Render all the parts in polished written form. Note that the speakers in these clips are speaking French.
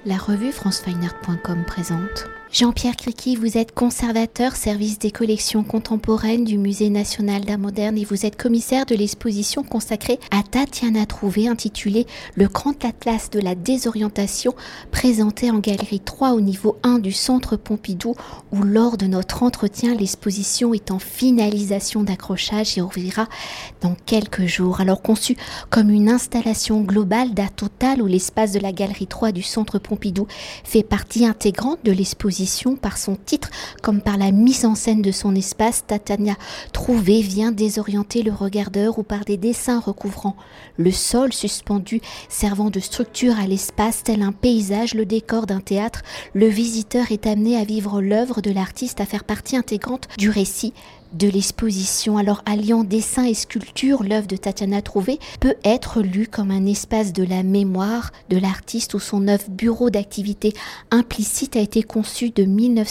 La revue francefineart.com présente. Jean-Pierre Criqui, vous êtes conservateur, service des collections contemporaines du Musée national d'art moderne et vous êtes commissaire de l'exposition consacrée à Tatiana Trouvé intitulée Le Grand Atlas de la désorientation, présentée en galerie 3 au niveau 1 du Centre Pompidou, où lors de notre entretien, l'exposition est en finalisation d'accrochage et ouvrira dans quelques jours. Alors conçue comme une installation globale d'art total où l'espace de la galerie 3 du Centre Pompidou fait partie intégrante de l'exposition par son titre comme par la mise en scène de son espace, Tatiana Trouvé vient désorienter le regardeur ou par des dessins recouvrant le sol suspendu servant de structure à l'espace tel un paysage, le décor d'un théâtre, le visiteur est amené à vivre l'œuvre de l'artiste, à faire partie intégrante du récit de l'exposition. Alors alliant dessin et sculpture, l'œuvre de Tatiana Trouvé peut être lue comme un espace de la mémoire de l'artiste où son œuvre bureau d'activité implicite a été conçue de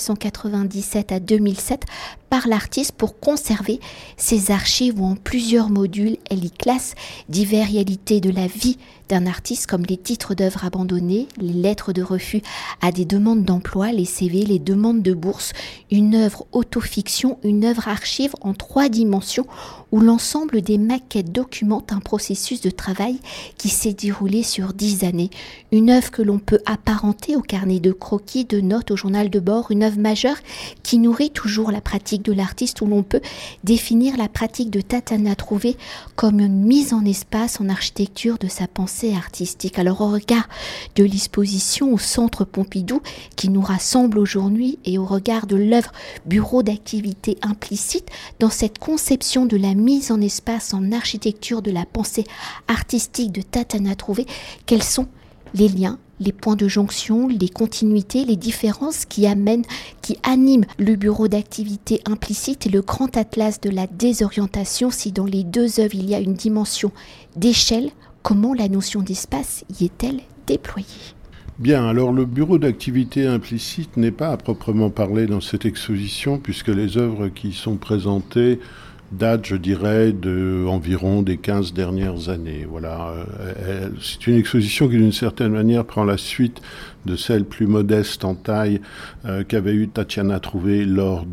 1997 à 2007 par l'artiste pour conserver ses archives où en plusieurs modules elle y classe diverses réalités de la vie d'un artiste comme les titres d'œuvres abandonnées, les lettres de refus à des demandes d'emploi, les CV, les demandes de bourse, une œuvre autofiction, une œuvre archive en 3 dimensions où l'ensemble des maquettes documente un processus de travail qui s'est déroulé sur 10 années. Une œuvre que l'on peut apparenter au carnet de croquis, de notes, au journal de bord, une œuvre majeure qui nourrit toujours la pratique de l'artiste où l'on peut définir la pratique de Tatiana Trouvé comme une mise en espace en architecture de sa pensée artistique. Alors au regard de l'exposition au Centre Pompidou qui nous rassemble aujourd'hui et au regard de l'œuvre bureau d'activité implicite dans cette conception de la mise en espace en architecture de la pensée artistique de Tatiana Trouvé, quels sont les liens, les points de jonction, les continuités, les différences qui animent le bureau d'activité implicite et le grand atlas de la désorientation. Si dans les deux œuvres il y a une dimension d'échelle, comment la notion d'espace y est-elle déployée ? Bien, alors le bureau d'activité implicite n'est pas à proprement parler dans cette exposition puisque les œuvres qui sont présentées datent, je dirais, environ des 15 dernières années. Voilà, c'est une exposition qui d'une certaine manière prend la suite de celle plus modeste en taille qu'avait eu Tatiana Trouvé lors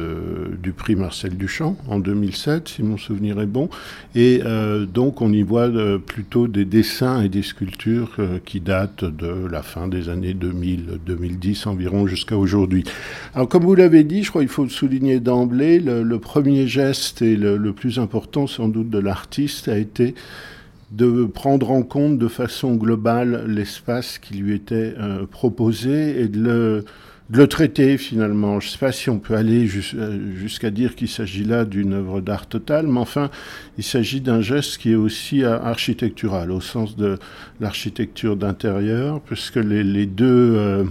du prix Marcel Duchamp en 2007, si mon souvenir est bon. Et donc on y voit plutôt des dessins et des sculptures qui datent de la fin des années 2000, 2010 environ jusqu'à aujourd'hui. Alors comme vous l'avez dit, je crois qu'il faut souligner d'emblée, le premier geste et le plus important sans doute de l'artiste a été de prendre en compte de façon globale l'espace qui lui était proposé et de le traiter finalement. Je ne sais pas si on peut aller jusqu'à dire qu'il s'agit là d'une œuvre d'art total, mais enfin, il s'agit d'un geste qui est aussi architectural, au sens de l'architecture d'intérieur, puisque les deux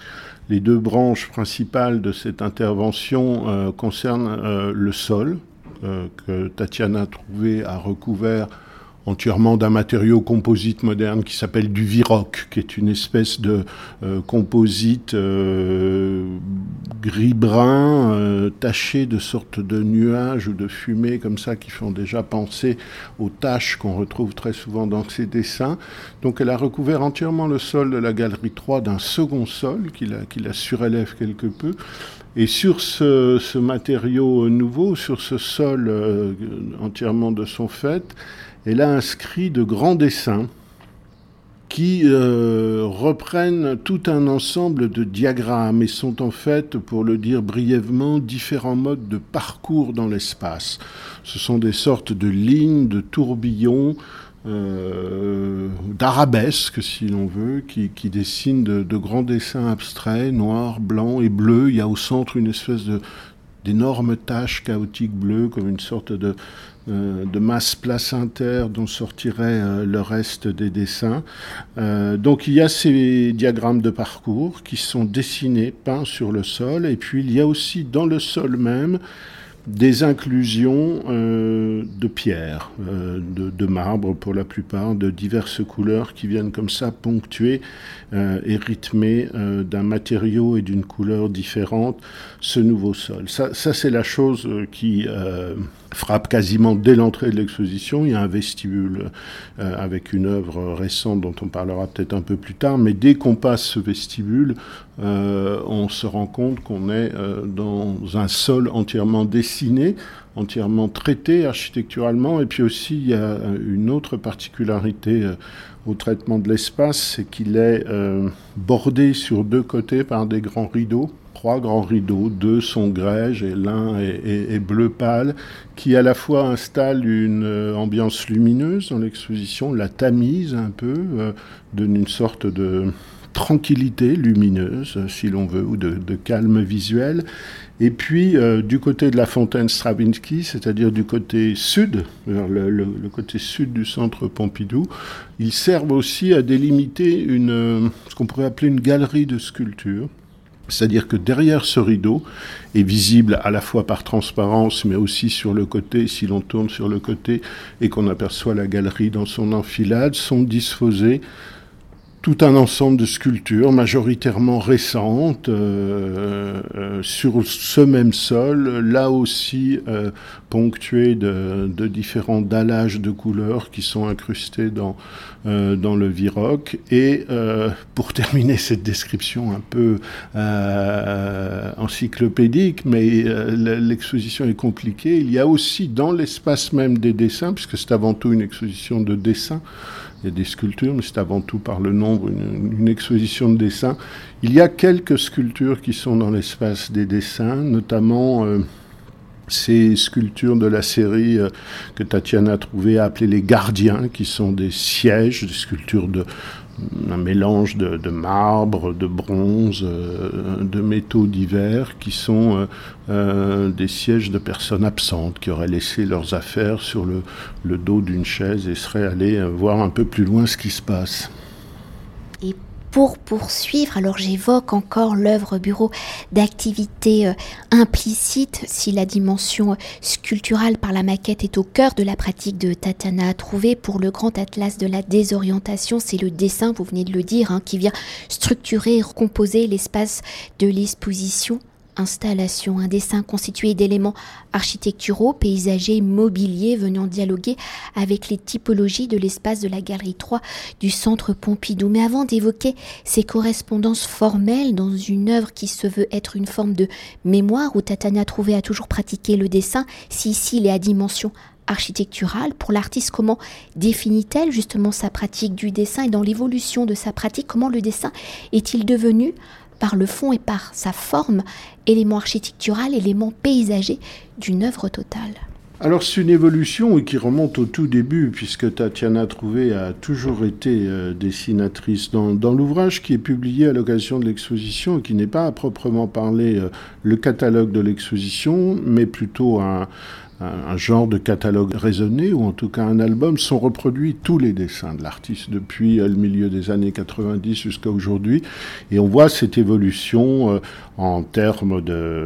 branches principales de cette intervention concernent le sol, que Tatiana Trouvé a recouvert entièrement d'un matériau composite moderne qui s'appelle du Viroc, qui est une espèce de composite gris-brun, taché de sortes de nuages ou de fumée comme ça qui font déjà penser aux taches qu'on retrouve très souvent dans ces dessins. Donc elle a recouvert entièrement le sol de la galerie 3 d'un second sol qui la surélève quelque peu. Et sur ce matériau nouveau, sur ce sol entièrement de son fait, elle a inscrit de grands dessins qui reprennent tout un ensemble de diagrammes et sont en fait, pour le dire brièvement, différents modes de parcours dans l'espace. Ce sont des sortes de lignes, de tourbillons, d'arabesques, si l'on veut, qui dessinent de grands dessins abstraits, noirs, blancs et bleus. Il y a au centre une espèce d'énormes taches chaotiques bleues, comme une sorte de masse placentaire dont sortirait le reste des dessins. Donc il y a ces diagrammes de parcours qui sont dessinés, peints sur le sol, et puis il y a aussi dans le sol même des inclusions de pierre, de marbre pour la plupart, de diverses couleurs qui viennent comme ça ponctuer et rythmer d'un matériau et d'une couleur différente ce nouveau sol. Ça c'est la chose qui frappe quasiment dès l'entrée de l'exposition. Il y a un vestibule avec une œuvre récente dont on parlera peut-être un peu plus tard, mais dès qu'on passe ce vestibule, on se rend compte qu'on est dans un sol entièrement dessiné, entièrement traité architecturalement. Et puis aussi, il y a une autre particularité au traitement de l'espace, c'est qu'il est bordé sur deux côtés par des grands rideaux. 3 grands rideaux, 2 sont grèges et l'un est bleu pâle, qui à la fois installe une ambiance lumineuse dans l'exposition, la tamise un peu, donne une sorte de tranquillité lumineuse, si l'on veut, ou de calme visuel. Et puis, du côté de la fontaine Stravinsky, c'est-à-dire du côté sud, vers le côté sud du centre Pompidou, ils servent aussi à délimiter ce qu'on pourrait appeler une galerie de sculptures. C'est-à-dire que derrière ce rideau est visible à la fois par transparence, mais aussi sur le côté, si l'on tourne sur le côté et qu'on aperçoit la galerie dans son enfilade, sont disposées tout un ensemble de sculptures majoritairement récentes sur ce même sol, là aussi ponctuées de différents dallages de couleurs qui sont incrustés dans le viroc. Et pour terminer cette description un peu encyclopédique, mais l'exposition est compliquée, il y a aussi dans l'espace même des dessins, puisque c'est avant tout une exposition de dessins, il y a des sculptures, mais c'est avant tout par le nombre une exposition de dessins. Il y a quelques sculptures qui sont dans l'espace des dessins, notamment ces sculptures de la série que Tatiana a trouvé appelées les gardiens, qui sont des sièges, des sculptures un mélange de marbre, de bronze, de métaux divers, qui sont des sièges de personnes absentes, qui auraient laissé leurs affaires sur le dos d'une chaise et seraient allées voir un peu plus loin ce qui se passe. Et pour poursuivre, alors j'évoque encore l'œuvre bureau d'activité implicite. Si la dimension sculpturale par la maquette est au cœur de la pratique de Tatiana Trouvé, pour le grand atlas de la désorientation, c'est le dessin, vous venez de le dire, qui vient structurer et recomposer l'espace de l'exposition. Installation, un dessin constitué d'éléments architecturaux, paysagers, mobiliers venant dialoguer avec les typologies de l'espace de la Galerie 3 du Centre Pompidou. Mais avant d'évoquer ces correspondances formelles dans une œuvre qui se veut être une forme de mémoire où Tatiana Trouvé a toujours pratiqué le dessin, si ici il est à dimension architecturale, pour l'artiste, comment définit-elle justement sa pratique du dessin et dans l'évolution de sa pratique, comment le dessin est-il devenu par le fond et par sa forme, élément architectural, élément paysager d'une œuvre totale? Alors c'est une évolution qui remonte au tout début, puisque Tatiana Trouvé a toujours été dessinatrice. Dans l'ouvrage qui est publié à l'occasion de l'exposition, et qui n'est pas à proprement parler le catalogue de l'exposition, mais plutôt un genre de catalogue raisonné, ou en tout cas un album, sont reproduits tous les dessins de l'artiste depuis le milieu des années 90 jusqu'à aujourd'hui. Et on voit cette évolution en termes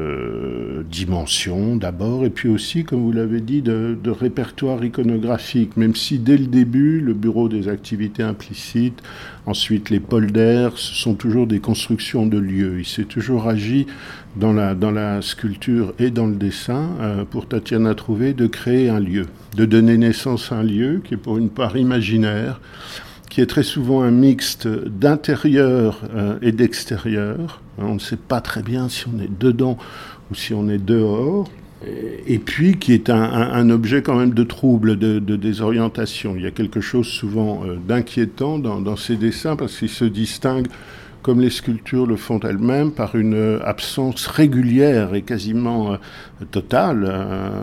de dimension d'abord, et puis aussi, comme vous l'avez dit, de répertoire iconographique, même si dès le début, le bureau des activités implicites, ensuite les polders, ce sont toujours des constructions de lieux. Il s'est toujours agi dans la sculpture et dans le dessin, pour Tatiana Trouvé, de créer un lieu, de donner naissance à un lieu qui est pour une part imaginaire, qui est très souvent un mixte d'intérieur et d'extérieur. On ne sait pas très bien si on est dedans ou si on est dehors. Et puis qui est un objet quand même de trouble, de désorientation. Il y a quelque chose souvent d'inquiétant dans ces dessins, parce qu'ils se distinguent, comme les sculptures le font elles-mêmes, par une absence régulière et quasiment totale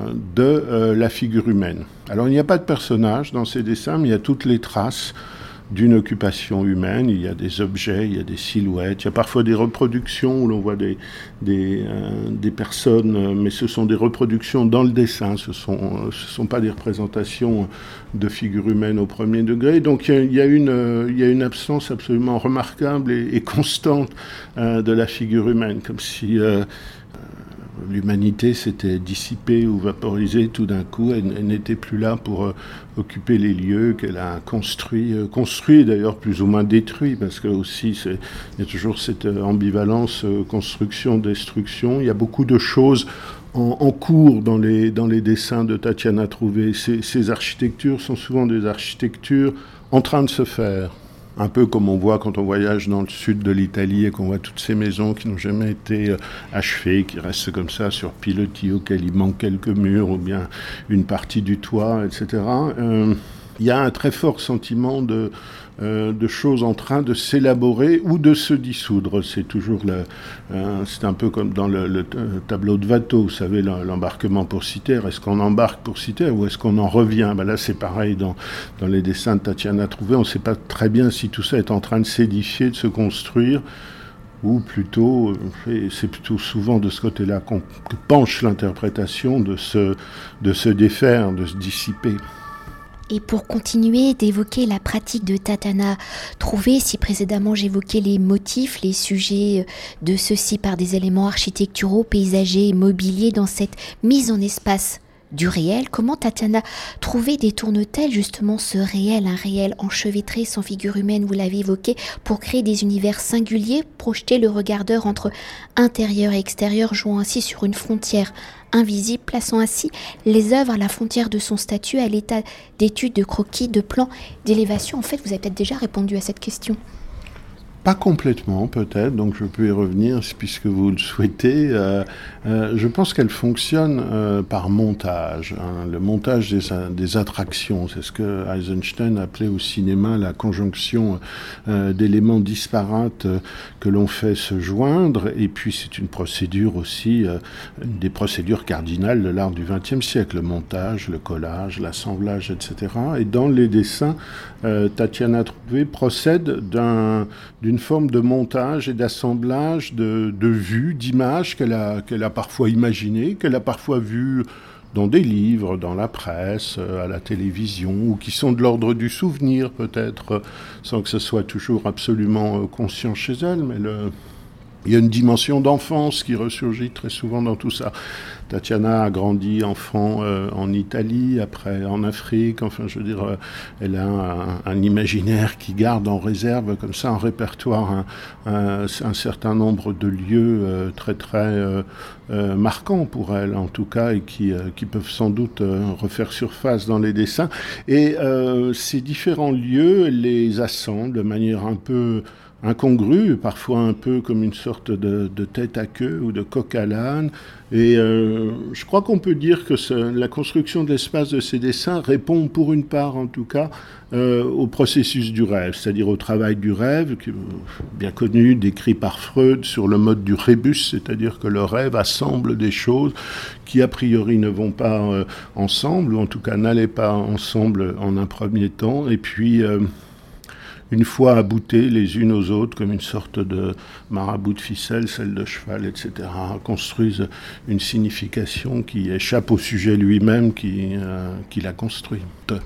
de la figure humaine. Alors il n'y a pas de personnage dans ces dessins, mais il y a toutes les traces d'une occupation humaine. Il y a des objets, il y a des silhouettes, il y a parfois des reproductions où l'on voit des personnes, mais ce sont des reproductions dans le dessin, ce sont pas des représentations de figures humaines au premier degré. Donc il y a une absence absolument remarquable et constante de la figure humaine, comme si l'humanité s'était dissipée ou vaporisée tout d'un coup. Elle n'était plus là pour occuper les lieux qu'elle a construit d'ailleurs plus ou moins détruits, parce que aussi il y a toujours cette ambivalence construction-destruction. Il y a beaucoup de choses en cours dans les dessins de Tatiana Trouvé. Ces architectures sont souvent des architectures en train de se faire. Un peu comme on voit quand on voyage dans le sud de l'Italie et qu'on voit toutes ces maisons qui n'ont jamais été achevées, qui restent comme ça sur pilotis auxquels il manque quelques murs ou bien une partie du toit, etc. Il y a un très fort sentiment de choses en train de s'élaborer ou de se dissoudre. C'est toujours c'est un peu comme dans le tableau de Watteau, vous savez, l'embarquement pour Cythère. Est-ce qu'on embarque pour Cythère ou est-ce qu'on en revient? Là, c'est pareil dans les dessins de Tatiana Trouvé. On ne sait pas très bien si tout ça est en train de s'édifier, de se construire, ou plutôt, c'est plutôt souvent de ce côté-là que penche l'interprétation, de se défaire, de se dissiper. Et pour continuer d'évoquer la pratique de Tatiana Trouvé, si précédemment j'évoquais les motifs, les sujets de ceux-ci par des éléments architecturaux, paysagers et mobiliers dans cette mise en espace du réel, comment Tatiana Trouvé détourne-t-elle justement ce réel, un réel enchevêtré sans figure humaine, vous l'avez évoqué, pour créer des univers singuliers, projeter le regardeur entre intérieur et extérieur, jouant ainsi sur une frontière invisible, plaçant ainsi les œuvres à la frontière de son statut, à l'état d'étude, de croquis, de plans, d'élévation. En fait, vous avez peut-être déjà répondu à cette question. Pas complètement, peut-être, donc je peux y revenir puisque vous le souhaitez. Je pense qu'elle fonctionne par montage, le montage des attractions. C'est ce que Eisenstein appelait au cinéma la conjonction d'éléments disparates que l'on fait se joindre. Et puis c'est une procédure aussi, une des procédures cardinales de l'art du XXe siècle, le montage, le collage, l'assemblage, etc. Et dans les dessins, Tatiana Trouvé procède d'une forme de montage et d'assemblage de vues, d'images qu'elle a parfois imaginées, qu'elle a parfois vues dans des livres, dans la presse, à la télévision, ou qui sont de l'ordre du souvenir peut-être, sans que ce soit toujours absolument conscient chez elle, mais il y a une dimension d'enfance qui ressurgit très souvent dans tout ça. Tatiana a grandi enfant en Italie, après en Afrique, enfin je veux dire, elle a un imaginaire qui garde en réserve comme ça, en répertoire, un certain nombre de lieux très très marquants pour elle en tout cas, et qui peuvent sans doute refaire surface dans les dessins. Et ces différents lieux, elle les assemble de manière un peu incongrue, parfois un peu comme une sorte de tête à queue ou de coq à l'âne. Et je crois qu'on peut dire que la construction de l'espace de ces dessins répond pour une part en tout cas au processus du rêve, c'est-à-dire au travail du rêve, bien connu, décrit par Freud sur le mode du rébus, c'est-à-dire que le rêve assemble des choses qui a priori ne vont pas ensemble, ou en tout cas n'allaient pas ensemble en un premier temps, et puis une fois aboutées les unes aux autres, comme une sorte de marabout de ficelle, celle de cheval, etc., construisent une signification qui échappe au sujet lui-même qui l'a construit.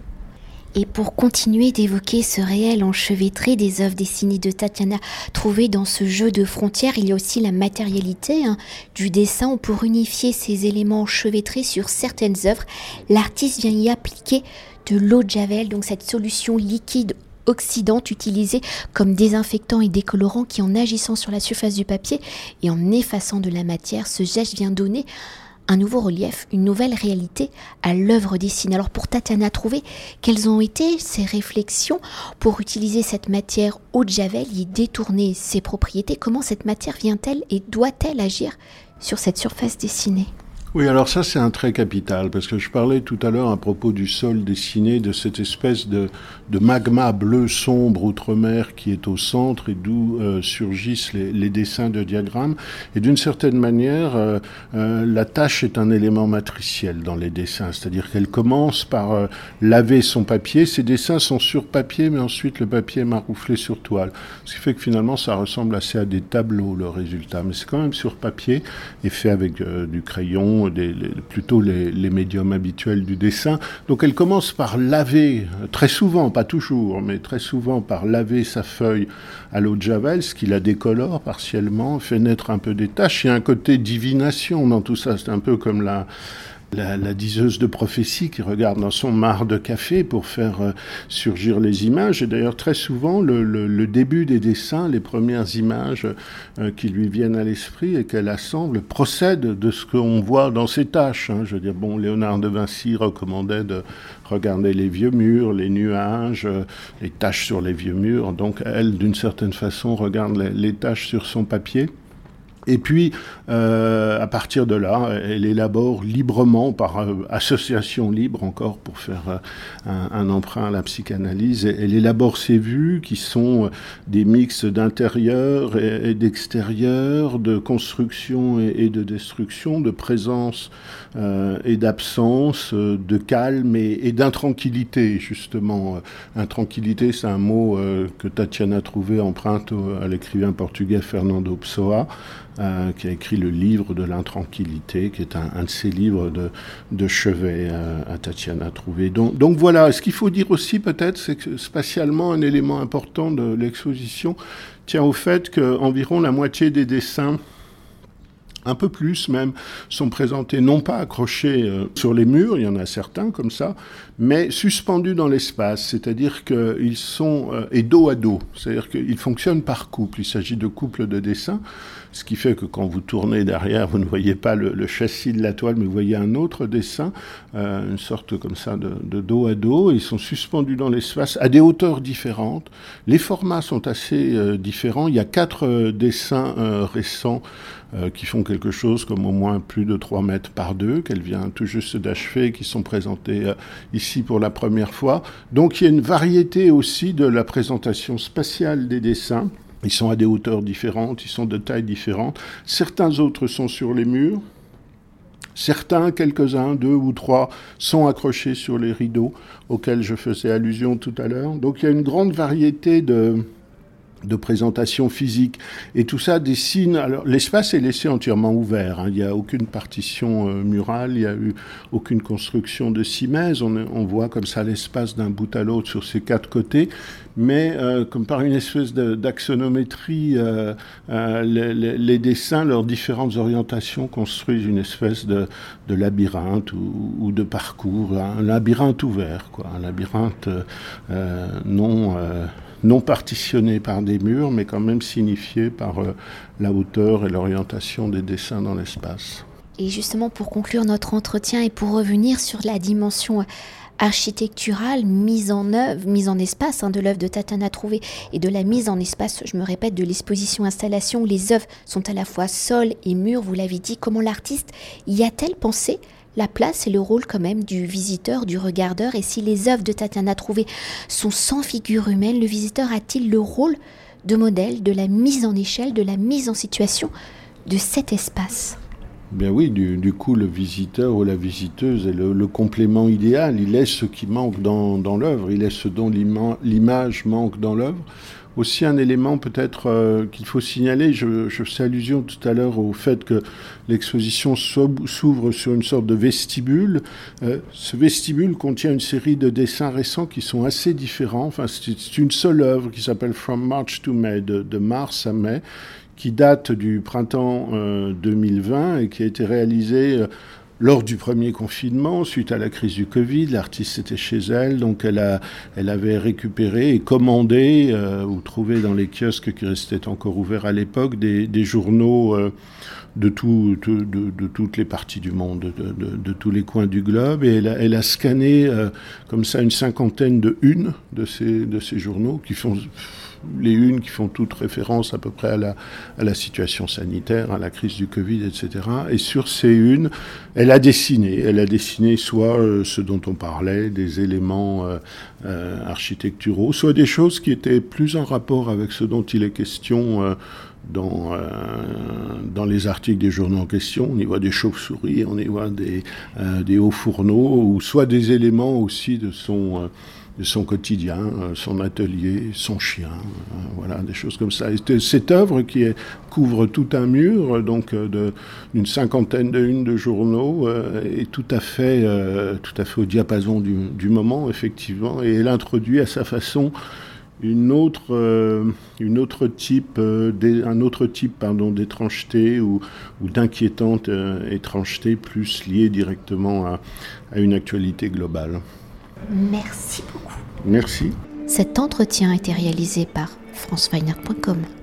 Et pour continuer d'évoquer ce réel enchevêtré des œuvres dessinées de Tatiana Trouvé dans ce jeu de frontières, il y a aussi la matérialité du dessin, où pour unifier ces éléments enchevêtrés sur certaines œuvres, l'artiste vient y appliquer de l'eau de Javel, donc cette solution liquide oxydante utilisée comme désinfectant et décolorant qui, en agissant sur la surface du papier et en effaçant de la matière, ce geste vient donner un nouveau relief, une nouvelle réalité à l'œuvre dessinée. Alors pour Tatiana Trouvé, quelles ont été ses réflexions pour utiliser cette matière eau de Javel, y détourner ses propriétés? Comment cette matière vient-elle et doit-elle agir sur cette surface dessinée? Oui, alors ça c'est un trait capital, parce que je parlais tout à l'heure à propos du sol dessiné, de cette espèce de magma bleu sombre outre-mer qui est au centre et d'où surgissent les dessins de diagrammes. Et d'une certaine manière, la tâche est un élément matriciel dans les dessins, c'est-à-dire qu'elle commence par laver son papier. Ces dessins sont sur papier, mais ensuite le papier est marouflé sur toile. Ce qui fait que finalement ça ressemble assez à des tableaux, le résultat. Mais c'est quand même sur papier et fait avec du crayon, sont plutôt les médiums habituels du dessin. Donc elle commence par laver, très souvent, pas toujours, mais très souvent par laver sa feuille à l'eau de Javel, ce qui la décolore partiellement, fait naître un peu des taches. Il y a un côté divination dans tout ça, c'est un peu comme la diseuse de prophétie qui regarde dans son marc de café pour faire surgir les images. Et d'ailleurs, très souvent, le début des dessins, les premières images qui lui viennent à l'esprit et qu'elle assemble, procèdent de ce qu'on voit dans ses tâches. Je veux dire, Léonard de Vinci recommandait de regarder les vieux murs, les nuages, les taches sur les vieux murs. Donc, elle, d'une certaine façon, regarde les taches sur son papier. Et puis, à partir de là, elle élabore librement, par association libre encore, pour faire un emprunt à la psychanalyse, elle élabore ses vues qui sont des mix d'intérieur et d'extérieur, de construction et de destruction, de présence et d'absence, de calme et d'intranquillité, justement. Intranquillité, c'est un mot que Tatiana Trouvé emprunte à l'écrivain portugais Fernando Pessoa, qui a écrit le livre de l'intranquillité, qui est un de ses livres de chevet à Tatiana Trouvé. Donc voilà, ce qu'il faut dire aussi peut-être, c'est que spatialement, un élément important de l'exposition tient au fait qu'environ la moitié des dessins, un peu plus même, sont présentés non pas accrochés sur les murs, il y en a certains comme ça, mais suspendus dans l'espace, c'est-à-dire qu'ils sont et dos à dos, c'est-à-dire qu'ils fonctionnent par couple, il s'agit de couples de dessins, ce qui fait que quand vous tournez derrière, vous ne voyez pas le châssis de la toile, mais vous voyez un autre dessin, une sorte comme ça de dos à dos, ils sont suspendus dans l'espace à des hauteurs différentes, les formats sont assez différents, il y a 4 dessins récents qui font quelque chose comme au moins plus de 3 mètres par 2, qu'elle vient tout juste d'achever, qui sont présentés ici pour la première fois. Donc il y a une variété aussi de la présentation spatiale des dessins. Ils sont à des hauteurs différentes, ils sont de tailles différentes. Certains autres sont sur les murs. Certains, quelques-uns, 2 ou 3, sont accrochés sur les rideaux auxquels je faisais allusion tout à l'heure. Donc il y a une grande variété de présentation physique. Et tout ça dessine... Alors, l'espace est laissé entièrement ouvert. Il n'y a aucune partition murale, il n'y a eu aucune construction de simèse. On voit comme ça l'espace d'un bout à l'autre sur ses 4 côtés. Mais comme par une espèce d'axonométrie, les dessins, leurs différentes orientations construisent une espèce de labyrinthe ou de parcours. Un labyrinthe ouvert, quoi. Un labyrinthe non partitionné par des murs, mais quand même signifié par la hauteur et l'orientation des dessins dans l'espace. Et justement, pour conclure notre entretien et pour revenir sur la dimension architecturale, mise en espace de l'œuvre de Tatiana Trouvé et de la mise en espace, je me répète, de l'exposition-installation où les œuvres sont à la fois sol et mur, vous l'avez dit, comment l'artiste y a-t-elle pensé la place et le rôle quand même du visiteur, du regardeur, et si les œuvres de Tatiana Trouvé sont sans figure humaine, le visiteur a-t-il le rôle de modèle, de la mise en échelle, de la mise en situation de cet espace ? Bien oui, du coup, le visiteur ou la visiteuse est le complément idéal. Il est ce qui manque dans l'œuvre, il est ce dont l'image manque dans l'œuvre. Aussi un élément peut-être qu'il faut signaler, je faisais allusion tout à l'heure au fait que l'exposition s'ouvre sur une sorte de vestibule. Ce vestibule contient une série de dessins récents qui sont assez différents. Enfin, c'est une seule œuvre qui s'appelle From March to May, de mars à mai, qui date du printemps 2020 et qui a été réalisée lors du premier confinement, suite à la crise du Covid. L'artiste était chez elle, donc elle avait récupéré et commandé ou trouvé dans les kiosques qui restaient encore ouverts à l'époque des journaux de toutes les parties du monde, de tous les coins du globe, et elle a scanné comme ça une 50aine de unes de ces journaux qui font... les unes qui font toutes référence à peu près à la situation sanitaire, à la crise du Covid, etc. Et sur ces unes, elle a dessiné soit ce dont on parlait, des éléments architecturaux, soit des choses qui étaient plus en rapport avec ce dont il est question dans les articles des journaux en question. On y voit des chauves-souris, on y voit des hauts fourneaux, ou soit des éléments aussi de son quotidien, son atelier, son chien, voilà, des choses comme ça. Et cette œuvre qui couvre tout un mur, donc d'une cinquantaine de unes de journaux, est tout à fait au diapason du moment, effectivement, et elle introduit à sa façon un autre type d'étrangeté ou d'inquiétante étrangeté, plus liée directement à une actualité globale. Merci beaucoup. Merci. Cet entretien a été réalisé par franceweiner.com.